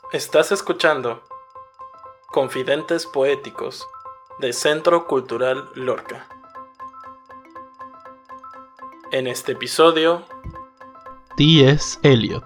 Estás escuchando Confidentes Poéticos de Centro Cultural Lorca. En este episodio, T.S. Eliot.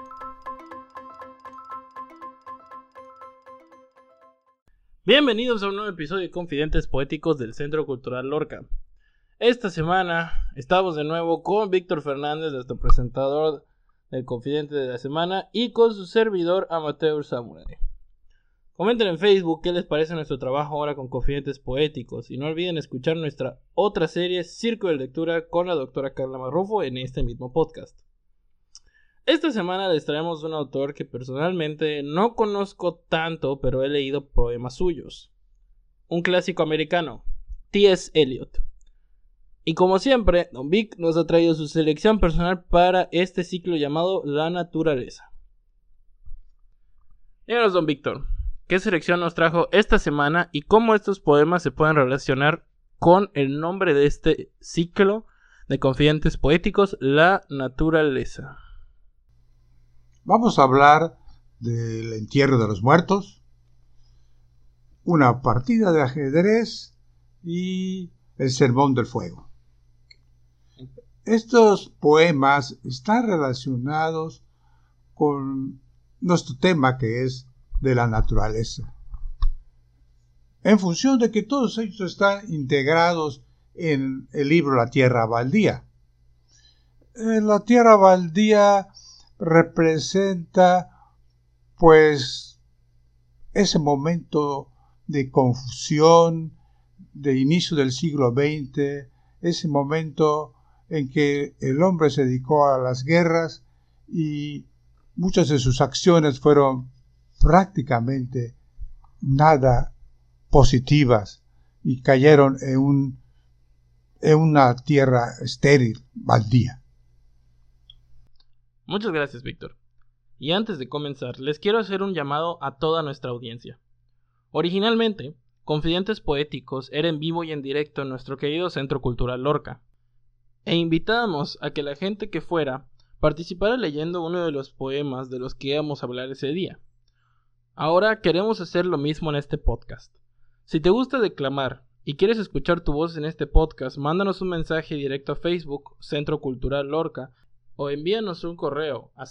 Bienvenidos a un nuevo episodio de Confidentes Poéticos del Centro Cultural Lorca. Esta semana estamos de nuevo con Víctor Fernández, nuestro presentador del Confidente de la Semana, y con su servidor Amateur Samurai. Comenten en Facebook qué les parece nuestro trabajo ahora con Confidentes Poéticos, y no olviden escuchar nuestra otra serie Circo de Lectura con la doctora Carla Marrufo en este mismo podcast. Esta semana les traemos un autor que personalmente no conozco tanto, pero he leído poemas suyos. Un clásico americano, T.S. Eliot. Y como siempre, Don Vic nos ha traído su selección personal para este ciclo llamado La Naturaleza. Díganos, Don Víctor, ¿qué selección nos trajo esta semana y cómo estos poemas se pueden relacionar con el nombre de este ciclo de Confidentes Poéticos, La Naturaleza? Vamos a hablar del entierro de los muertos, una partida de ajedrez y el sermón del fuego. Estos poemas están relacionados con nuestro tema, que es de la naturaleza, en función de que todos ellos están integrados en el libro La Tierra Baldía. La Tierra Baldía representa, pues, ese momento de confusión de inicio del siglo XX, ese momento en que el hombre se dedicó a las guerras y muchas de sus acciones fueron prácticamente nada positivas y cayeron en una tierra estéril, baldía. Muchas gracias, Víctor. Y antes de comenzar, les quiero hacer un llamado a toda nuestra audiencia. Originalmente, Confidentes Poéticos era en vivo y en directo en nuestro querido Centro Cultural Lorca, e invitábamos a que la gente que fuera participara leyendo uno de los poemas de los que íbamos a hablar ese día. Ahora queremos hacer lo mismo en este podcast. Si te gusta declamar y quieres escuchar tu voz en este podcast, mándanos un mensaje directo a Facebook, Centro Cultural Lorca, o envíanos un correo a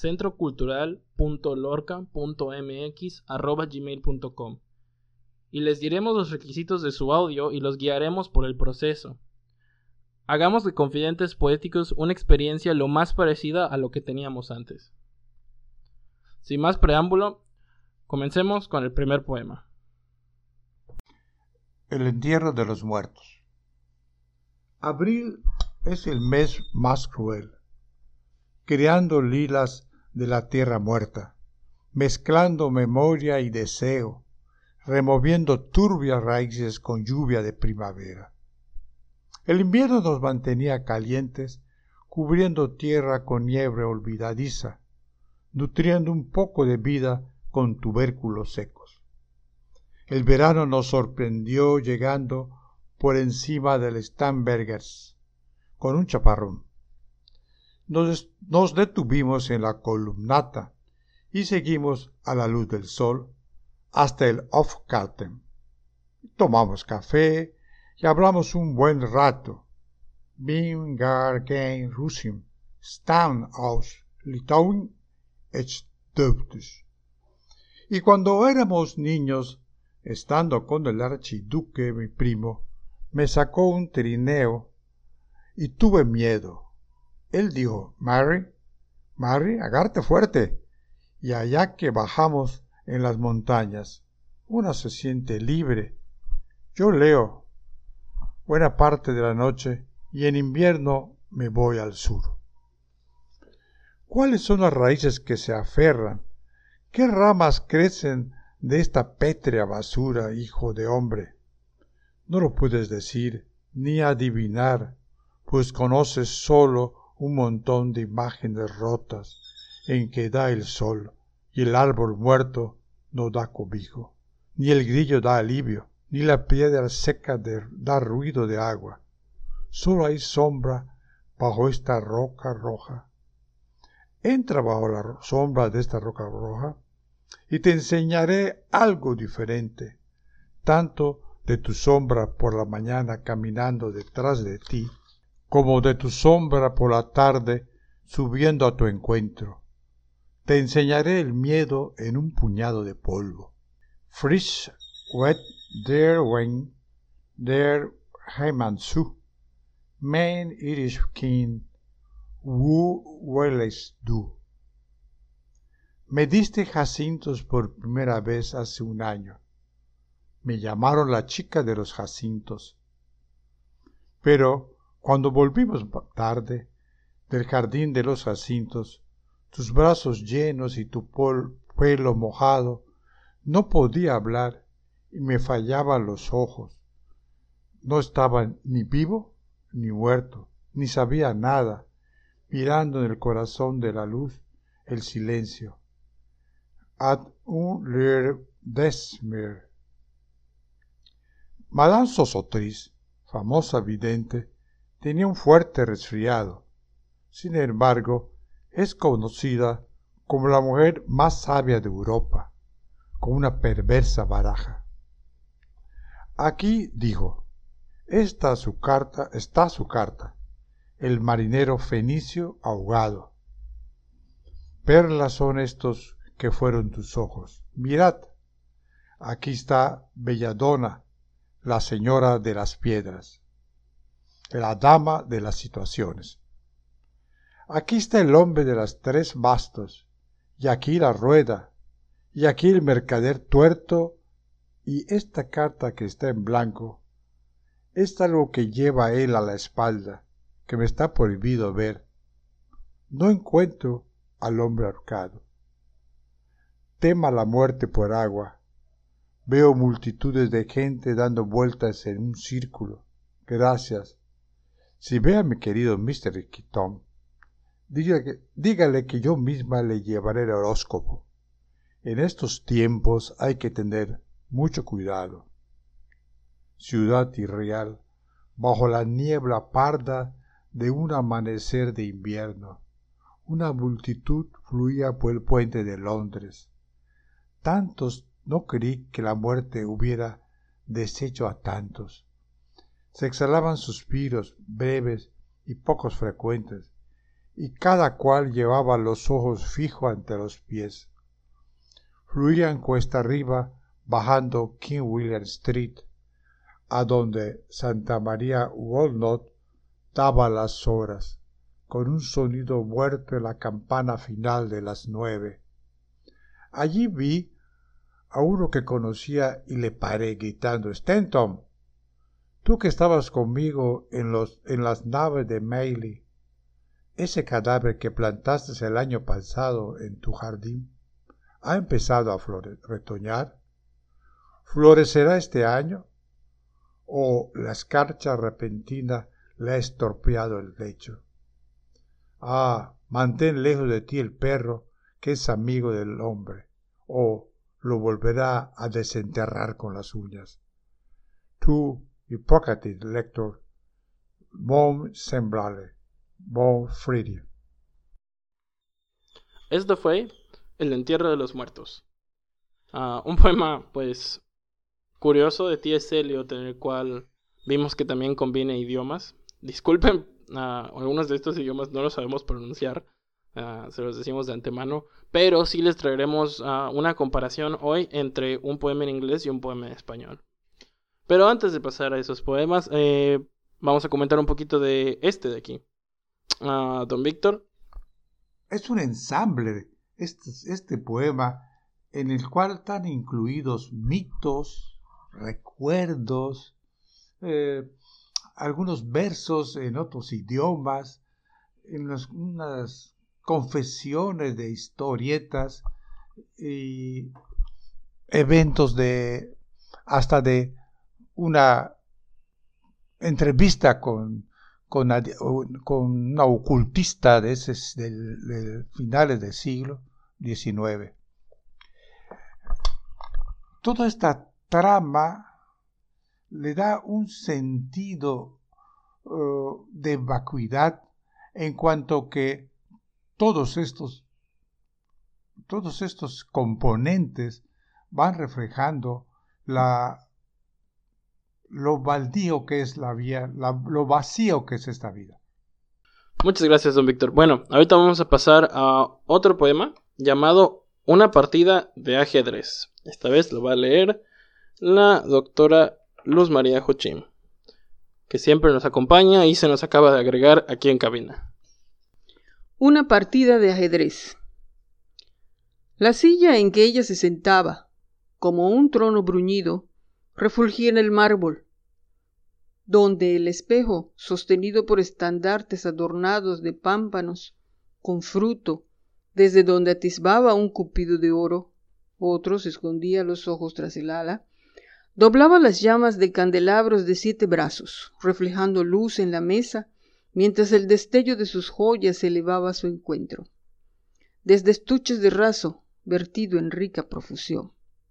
centrocultural.lorca.mx@gmail.com y les diremos los requisitos de su audio y los guiaremos por el proceso. Hagamos de Confidentes Poéticos una experiencia lo más parecida a lo que teníamos antes. Sin más preámbulo, comencemos con el primer poema. El entierro de los muertos. Abril es el mes más cruel, creando lilas de la tierra muerta, mezclando memoria y deseo, removiendo turbias raíces con lluvia de primavera. El invierno nos mantenía calientes, cubriendo tierra con nieve olvidadiza, nutriendo un poco de vida con tubérculos secos. El verano nos sorprendió llegando por encima del Starnbergers con un chaparrón. Nos detuvimos en la columnata y seguimos a la luz del sol hasta el Hofgarten. Tomamos café y hablamos un buen rato. Bin gar geen Russen, staan aus Litauen et Deutsch. Y cuando éramos niños, estando con el archiduque, mi primo, me sacó un trineo y tuve miedo. Él dijo: Mary, agarte fuerte. Y allá que bajamos en las montañas, uno se siente libre. Yo leo buena parte de la noche y en invierno me voy al sur. ¿Cuáles son las raíces que se aferran? ¿Qué ramas crecen de esta pétrea basura, hijo de hombre? No lo puedes decir ni adivinar, pues conoces solo un montón de imágenes rotas en que da el sol y el árbol muerto no da cobijo, ni el grillo da alivio, ni la piedra seca da ruido de agua. Solo hay sombra bajo esta roca roja. Entra bajo la sombra de esta roca roja y te enseñaré algo diferente, tanto de tu sombra por la mañana caminando detrás de ti, como de tu sombra por la tarde subiendo a tu encuentro. Te enseñaré el miedo en un puñado de polvo. Frisch, wet, der Wein, der Heimatsu, mein Irish Kind, wo hueles du. Me diste jacintos por primera vez hace un año. Me llamaron la chica de los jacintos. Pero cuando volvimos tarde del jardín de los jacintos, tus brazos llenos y tu pelo mojado, no podía hablar y me fallaban los ojos. No estaba ni vivo ni muerto, ni sabía nada, mirando en el corazón de la luz el silencio. Ad un leer desmer. Madame Sosotris, famosa vidente, tenía un fuerte resfriado. Sin embargo, es conocida como la mujer más sabia de Europa, con una perversa baraja. Aquí, dijo, está su carta, el marinero fenicio ahogado. Perlas son estos que fueron tus ojos. Mirad, aquí está Belladona, la señora de las piedras, la dama de las situaciones. Aquí está el hombre de las tres bastos, y aquí la rueda, y aquí el mercader tuerto, y esta carta que está en blanco, es algo que lleva él a la espalda, que me está prohibido ver. No encuentro al hombre ahorcado. Tema la muerte por agua. Veo multitudes de gente dando vueltas en un círculo. Gracias. Si ve a mi querido Mr. Keaton, dígale que yo misma le llevaré el horóscopo. En estos tiempos hay que tener mucho cuidado. Ciudad irreal, bajo la niebla parda de un amanecer de invierno, una multitud fluía por el puente de Londres. Tantos no creí que la muerte hubiera deshecho a tantos. Se exhalaban suspiros breves y pocos frecuentes, y cada cual llevaba los ojos fijos ante los pies. Fluían cuesta arriba, bajando King William Street, a donde Santa María Walnut daba las horas, con un sonido muerto en la campana final de las 9. Allí vi a uno que conocía y le paré gritando: «Stanton, tú que estabas conmigo en las naves de Meili, ese cadáver que plantaste el año pasado en tu jardín ha empezado a retoñar. ¿Florecerá este año? ¿O la escarcha repentina le ha estropeado el lecho? Ah, mantén lejos de ti el perro que es amigo del hombre, o lo volverá a desenterrar con las uñas. Tú, hipócrita lector, bon semblable, bon fridio». Esto fue El entierro de los muertos. Un poema, pues, curioso de T.S. Eliot, en el cual vimos que también combina idiomas. Disculpen, algunos de estos idiomas no los sabemos pronunciar, se los decimos de antemano, pero sí les traeremos una comparación hoy entre un poema en inglés y un poema en español. Pero antes de pasar a esos poemas, vamos a comentar un poquito de este de aquí. Don Víctor. Es un ensamble, este poema, en el cual están incluidos mitos, recuerdos, algunos versos en otros idiomas, unas confesiones de historietas y eventos hasta de una entrevista con una ocultista de finales del siglo XIX. Toda esta trama le da un sentido de vacuidad, en cuanto que todos estos todos estos componentes van reflejando lo baldío que es la vida, lo vacío que es esta vida. Muchas gracias, don Víctor. Bueno, ahorita vamos a pasar a otro poema llamado Una partida de ajedrez. Esta vez lo va a leer la doctora Luz María Jochín, que siempre nos acompaña y se nos acaba de agregar aquí en cabina. Una partida de ajedrez. La silla en que ella se sentaba, como un trono bruñido, refulgía en el mármol, donde el espejo, sostenido por estandartes adornados de pámpanos, con fruto, desde donde atisbaba un cupido de oro, otros escondía los ojos tras el ala, doblaba las llamas de candelabros de 7 brazos, reflejando luz en la mesa, mientras el destello de sus joyas se elevaba a su encuentro, desde estuches de raso, vertido en rica profusión.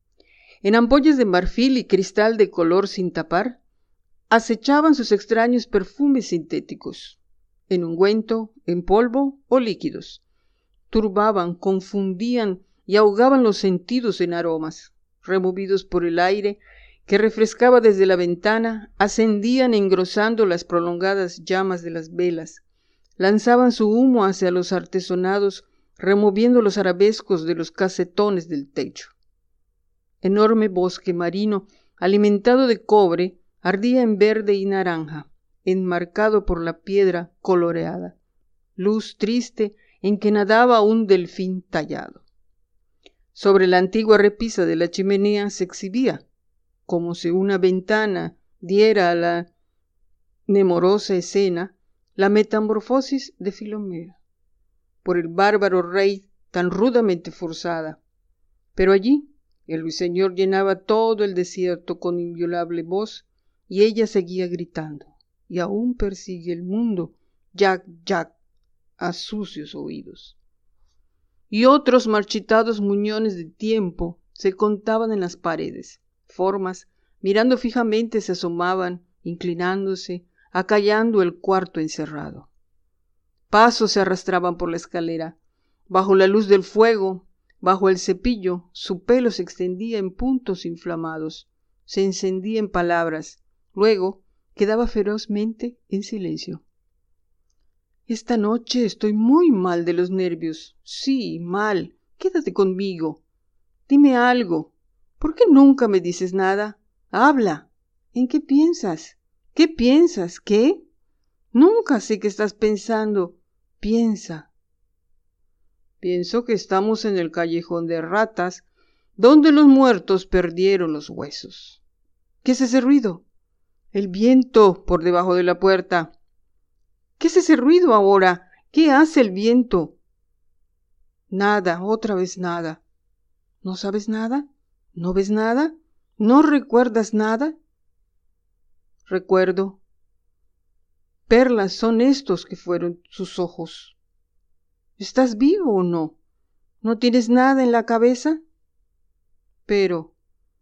En ampollas de marfil y cristal de color sin tapar, acechaban sus extraños perfumes sintéticos, en ungüento, en polvo o líquidos. Turbaban, confundían y ahogaban los sentidos en aromas, removidos por el aire que refrescaba desde la ventana, ascendían engrosando las prolongadas llamas de las velas, lanzaban su humo hacia los artesonados, removiendo los arabescos de los casetones del techo. Enorme bosque marino, alimentado de cobre, ardía en verde y naranja, enmarcado por la piedra coloreada, luz triste en que nadaba un delfín tallado. Sobre la antigua repisa de la chimenea se exhibía, como si una ventana diera a la nemorosa escena, la metamorfosis de Filomela, por el bárbaro rey tan rudamente forzada. Pero allí el ruiseñor llenaba todo el desierto con inviolable voz, y ella seguía gritando, y aún persigue el mundo, Jack, Jack, a sucios oídos. Y otros marchitados muñones de tiempo se contaban en las paredes. Formas, mirando fijamente, se asomaban, inclinándose, acallando el cuarto encerrado. Pasos se arrastraban por la escalera. Bajo la luz del fuego, bajo el cepillo, su pelo se extendía en puntos inflamados, se encendía en palabras, luego quedaba ferozmente en silencio. Esta noche estoy muy mal de los nervios. Sí, mal. Quédate conmigo. Dime algo. ¿Por qué nunca me dices nada? Habla. ¿En qué piensas? ¿Qué piensas? ¿Qué? Nunca sé qué estás pensando. Piensa. Pienso que estamos en el callejón de ratas, donde los muertos perdieron los huesos. ¿Qué es ese ruido? El viento por debajo de la puerta. ¿Qué es ese ruido ahora? ¿Qué hace el viento? Nada, otra vez nada. ¿No sabes nada? ¿No ves nada? ¿No recuerdas nada? Recuerdo. Perlas son estos que fueron sus ojos. ¿Estás vivo o no? ¿No tienes nada en la cabeza? Pero,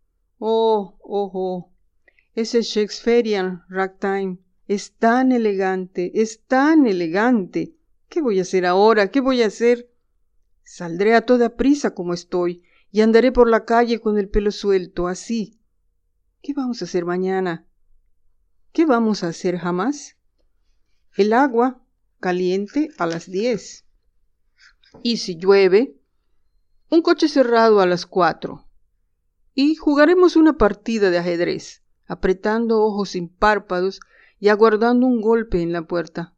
ese Shakespearean ragtime es tan elegante, es tan elegante. ¿Qué voy a hacer ahora? ¿Qué voy a hacer? Saldré a toda prisa como estoy y andaré por la calle con el pelo suelto, así. ¿Qué vamos a hacer mañana? ¿Qué vamos a hacer jamás? El agua caliente a las 10. Y si llueve, un coche cerrado a las 4. Y jugaremos una partida de ajedrez, apretando ojos sin párpados y aguardando un golpe en la puerta.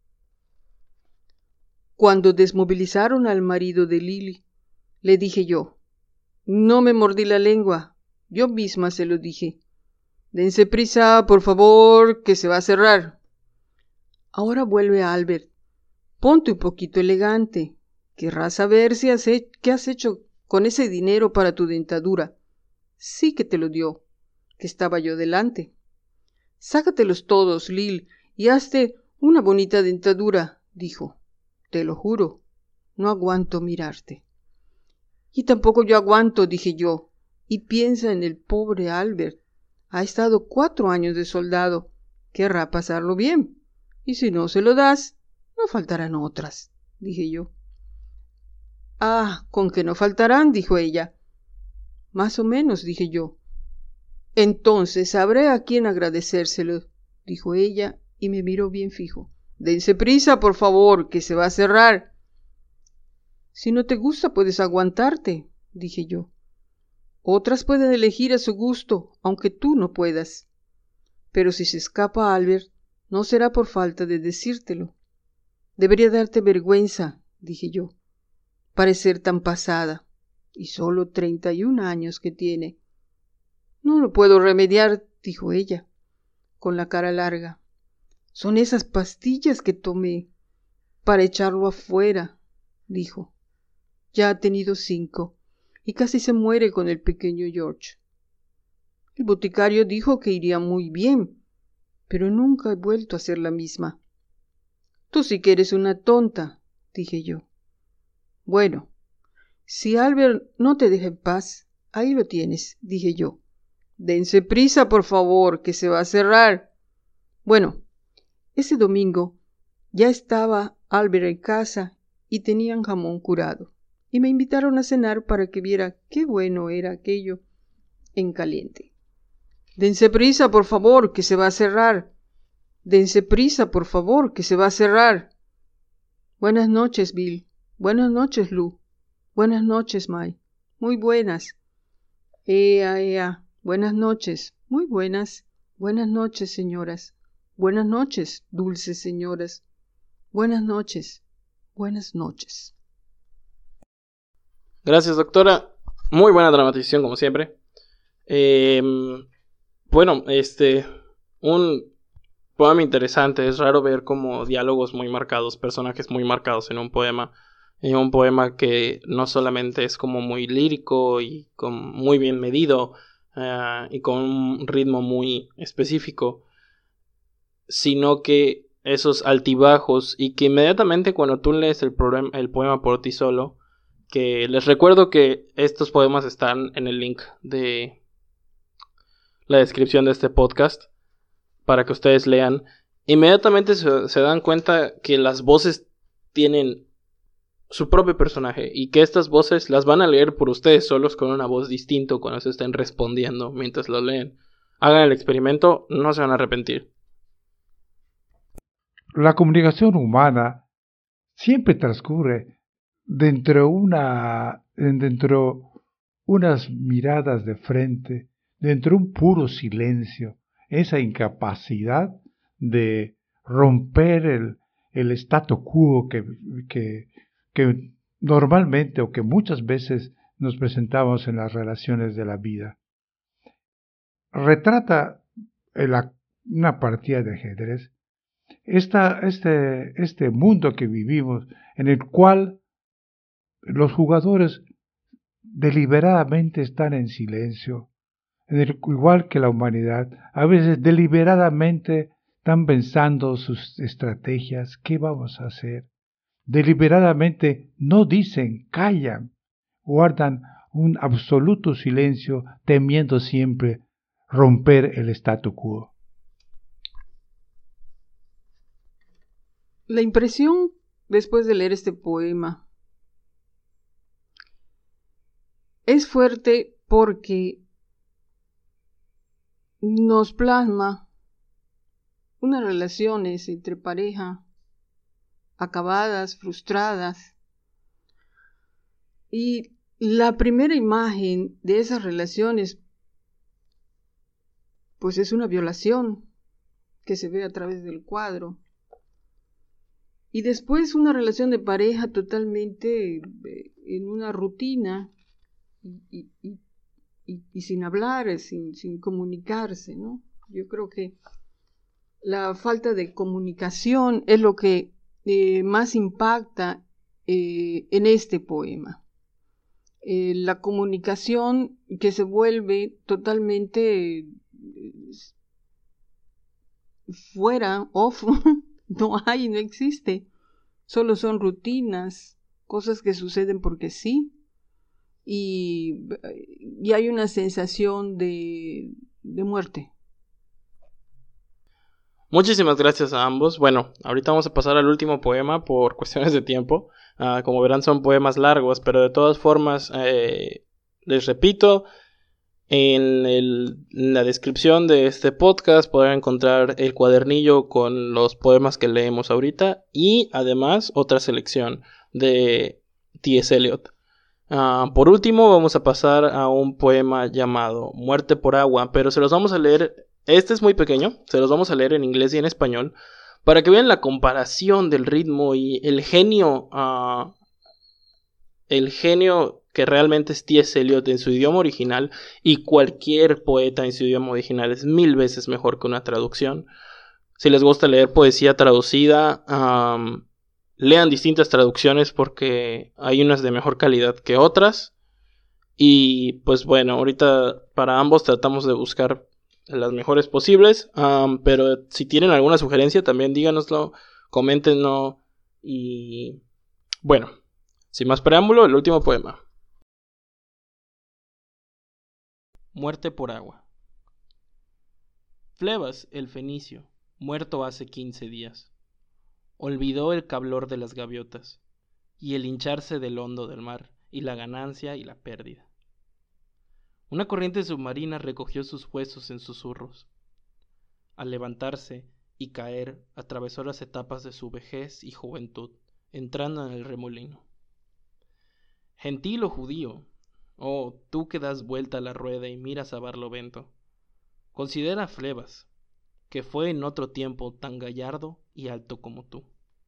Cuando desmovilizaron al marido de Lily, le dije yo, no me mordí la lengua, yo misma se lo dije. Dense prisa, por favor, que se va a cerrar. Ahora vuelve Albert. Ponte un poquito elegante. Querrás saber qué has hecho con ese dinero para tu dentadura. Sí que te lo dio, que estaba yo delante. Sácatelos todos, Lil, y hazte una bonita dentadura, dijo. Te lo juro, no aguanto mirarte. Y tampoco yo aguanto, dije yo. Y piensa en el pobre Albert. Ha estado 4 años de soldado. Querrá pasarlo bien. Y si no se lo das, no faltarán otras, dije yo. Ah, con que no faltarán, dijo ella. Más o menos, dije yo. Entonces sabré a quién agradecérselo, dijo ella y me miró bien fijo. Dense prisa, por favor, que se va a cerrar. Si no te gusta, puedes aguantarte, dije yo. Otras pueden elegir a su gusto, aunque tú no puedas. Pero si se escapa Albert, no será por falta de decírtelo. Debería darte vergüenza, dije yo, parecer tan pasada, y solo 31 años que tiene. No lo puedo remediar, dijo ella, con la cara larga. Son esas pastillas que tomé para echarlo afuera, dijo. Ya ha tenido 5 y casi se muere con el pequeño George. El boticario dijo que iría muy bien, pero nunca he vuelto a ser la misma. Tú sí que eres una tonta, dije yo. Bueno, si Albert no te deja en paz, ahí lo tienes, dije yo. Dense prisa, por favor, que se va a cerrar. Bueno, ese domingo ya estaba Albert en casa y tenían jamón curado, y me invitaron a cenar para que viera qué bueno era aquello en caliente. Dense prisa, por favor, que se va a cerrar. Dense prisa, por favor, que se va a cerrar. Buenas noches, Bill. Buenas noches, Lou. Buenas noches, May. Muy buenas. Ea. Buenas noches. Muy buenas. Buenas noches, señoras. Buenas noches, dulces señoras. Buenas noches. Buenas noches. Gracias, doctora. Muy buena dramatización, como siempre. Bueno, un poema interesante. Es raro ver como diálogos muy marcados, personajes muy marcados en un poema. En un poema que no solamente es como muy lírico y muy bien medido y con un ritmo muy específico, sino que esos altibajos y que inmediatamente cuando tú lees el poema por ti solo, que les recuerdo que estos poemas están en el link de la descripción de este podcast para que ustedes lean, inmediatamente se dan cuenta que las voces tienen su propio personaje y que estas voces las van a leer por ustedes solos con una voz distinta cuando se estén respondiendo mientras lo leen. Hagan el experimento, no se van a arrepentir. La comunicación humana siempre transcurre dentro unas miradas de frente, dentro un puro silencio, esa incapacidad de romper el statu quo que normalmente o que muchas veces nos presentamos en las relaciones de la vida. Retrata una partida de ajedrez este mundo que vivimos, en el cual los jugadores deliberadamente están en silencio, igual que la humanidad, a veces deliberadamente están pensando sus estrategias, qué vamos a hacer. Deliberadamente no dicen, callan, guardan un absoluto silencio, temiendo siempre romper el statu quo. La impresión después de leer este poema es fuerte porque nos plasma unas relaciones entre pareja acabadas, frustradas, y la primera imagen de esas relaciones pues es una violación que se ve a través del cuadro. Y después una relación de pareja totalmente en una rutina y sin hablar, sin comunicarse, ¿no? Yo creo que la falta de comunicación es lo que más impacta en este poema. La comunicación que se vuelve totalmente fuera, off, no existe. Solo son rutinas, cosas que suceden porque sí. Y hay una sensación de muerte. Muchísimas gracias a ambos. Bueno, ahorita vamos a pasar al último poema por cuestiones de tiempo. Como verán, son poemas largos, pero de todas formas, les repito, en la descripción de este podcast podrán encontrar el cuadernillo con los poemas que leemos ahorita y además otra selección de T.S. Eliot. Por último vamos a pasar a un poema llamado Muerte por agua, pero se los vamos a leer, este es muy pequeño, se los vamos a leer en inglés y en español para que vean la comparación del ritmo y el genio que realmente es T.S. Eliot en su idioma original, y cualquier poeta en su idioma original es 1000 veces mejor que una traducción. Si les gusta leer poesía traducida, lean distintas traducciones porque hay unas de mejor calidad que otras. Y pues bueno, ahorita para ambos tratamos de buscar las mejores posibles, pero si tienen alguna sugerencia también díganoslo, coméntenlo. Y bueno, sin más preámbulo, el último poema. Muerte por agua. Flebas, el fenicio, muerto hace 15 días, olvidó el cablor de las gaviotas, y el hincharse del hondo del mar, y la ganancia y la pérdida. Una corriente submarina recogió sus huesos en susurros. Al levantarse y caer, atravesó las etapas de su vejez y juventud, entrando en el remolino. Gentil o judío, oh, tú que das vuelta a la rueda y miras a Barlovento, considera a Flebas, que fue en otro tiempo tan gallardo y alto como tú.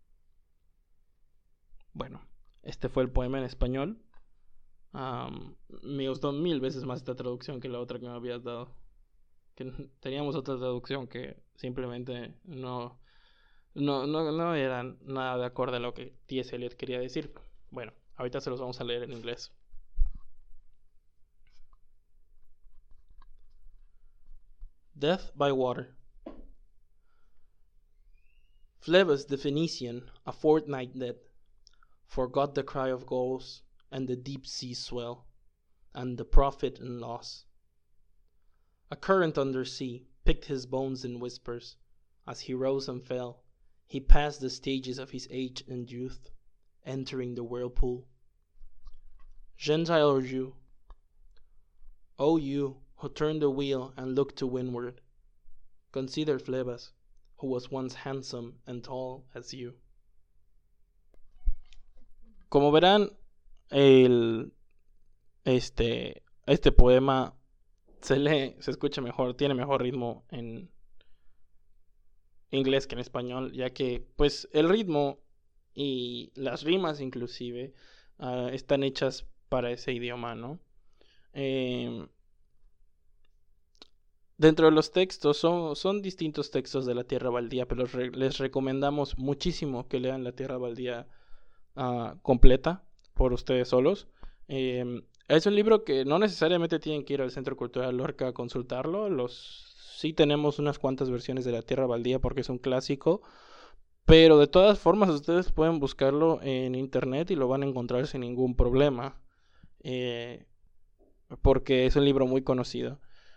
Bueno, este fue el poema en español. Me gustó 1000 veces más esta traducción que la otra que me habías dado. Que teníamos otra traducción que simplemente no era nada de acuerdo a lo que T.S. Eliot quería decir. Bueno, ahorita se los vamos a leer en inglés. Death by water. Flebas the Phoenician, a fortnight dead, forgot the cry of gulls and the deep sea swell, and the profit and loss. A current under sea picked his bones in whispers. As he rose and fell, he passed the stages of his age and youth, entering the whirlpool. Gentile or Jew, O you who turn the wheel and look to windward, consider Flebas, who was once handsome and tall as you. Como verán, este poema se escucha mejor, tiene mejor ritmo en inglés que en español, ya que pues el ritmo y las rimas inclusive están hechas para ese idioma, ¿no? Dentro de los textos son distintos textos de La Tierra Baldía, pero les recomendamos muchísimo que lean La Tierra Baldía completa por ustedes solos. Es un libro que no necesariamente tienen que ir al Centro Cultural Lorca a consultarlo. Sí tenemos unas cuantas versiones de La Tierra Baldía porque es un clásico, pero de todas formas ustedes pueden buscarlo en internet y lo van a encontrar sin ningún problema, porque es un libro muy conocido.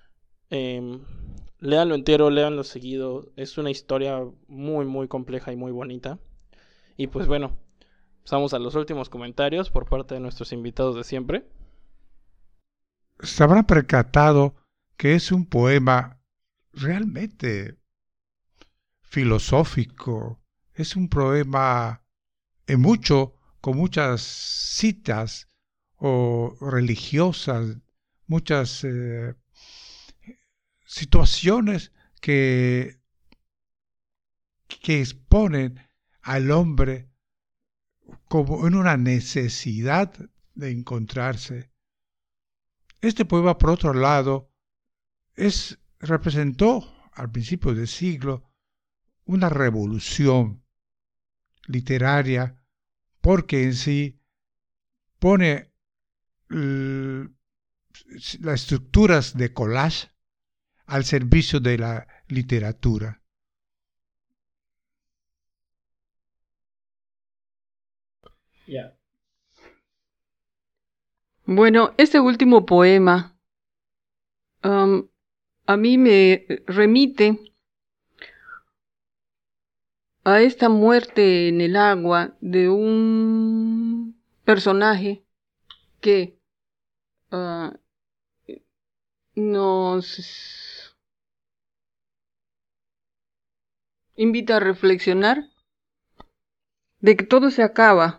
Léanlo entero, léanlo seguido. Es una historia muy muy compleja y muy bonita. Y pues bueno, pasamos a los últimos comentarios por parte de nuestros invitados de siempre. Se habrán percatado que es un poema realmente filosófico. Es un poema con muchas citas o religiosas, muchas situaciones que exponen al hombre como en una necesidad de encontrarse. Este poema, por otro lado, representó al principio del siglo una revolución literaria porque en sí pone las estructuras de collage al servicio de la literatura. Yeah. Bueno, este último poema a mí me remite a esta muerte en el agua de un personaje que nos invita a reflexionar de que todo se acaba,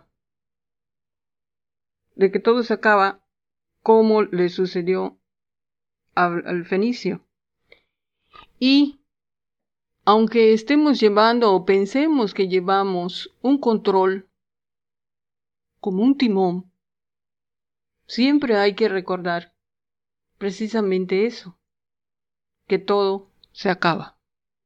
como le sucedió al fenicio. Y aunque estemos llevando o pensemos que llevamos un control como un timón, siempre hay que recordar precisamente eso, que todo se acaba.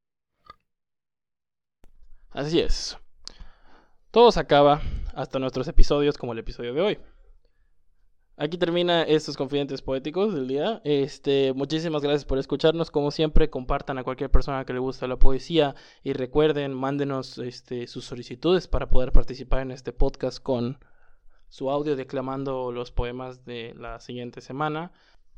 Así es. Todo se acaba hasta nuestros episodios como el episodio de hoy. Aquí termina estos confidentes poéticos del día. Muchísimas gracias por escucharnos. Como siempre, compartan a cualquier persona que le guste la poesía. Y recuerden, mándenos sus solicitudes para poder participar en este podcast con su audio declamando los poemas de la siguiente semana.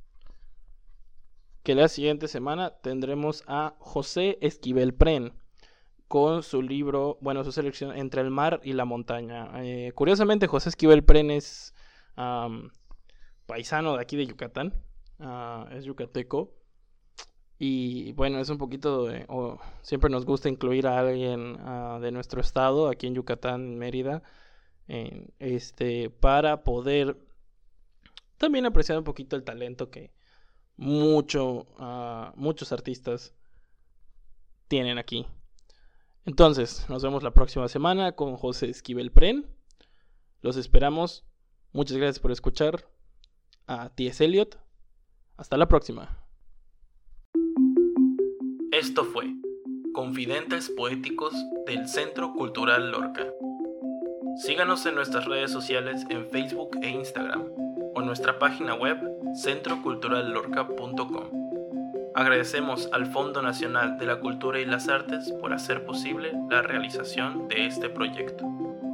Que la siguiente semana tendremos a José Esquivel Pren con su libro, su selección Entre el mar y la montaña. Curiosamente, José Esquivel Pren es paisano de aquí de Yucatán, es yucateco, y es un poquito siempre nos gusta incluir a alguien de nuestro estado, aquí en Yucatán, Mérida, para poder también apreciar un poquito el talento que muchos artistas tienen aquí. Entonces, nos vemos la próxima semana con José Esquivel Pren. Los esperamos. Muchas gracias por escuchar a T.S. Eliot. Hasta la próxima. Esto fue Confidentes Poéticos del Centro Cultural Lorca. Síganos en nuestras redes sociales en Facebook e Instagram o en nuestra página web centroculturallorca.com. Agradecemos al Fondo Nacional de la Cultura y las Artes por hacer posible la realización de este proyecto.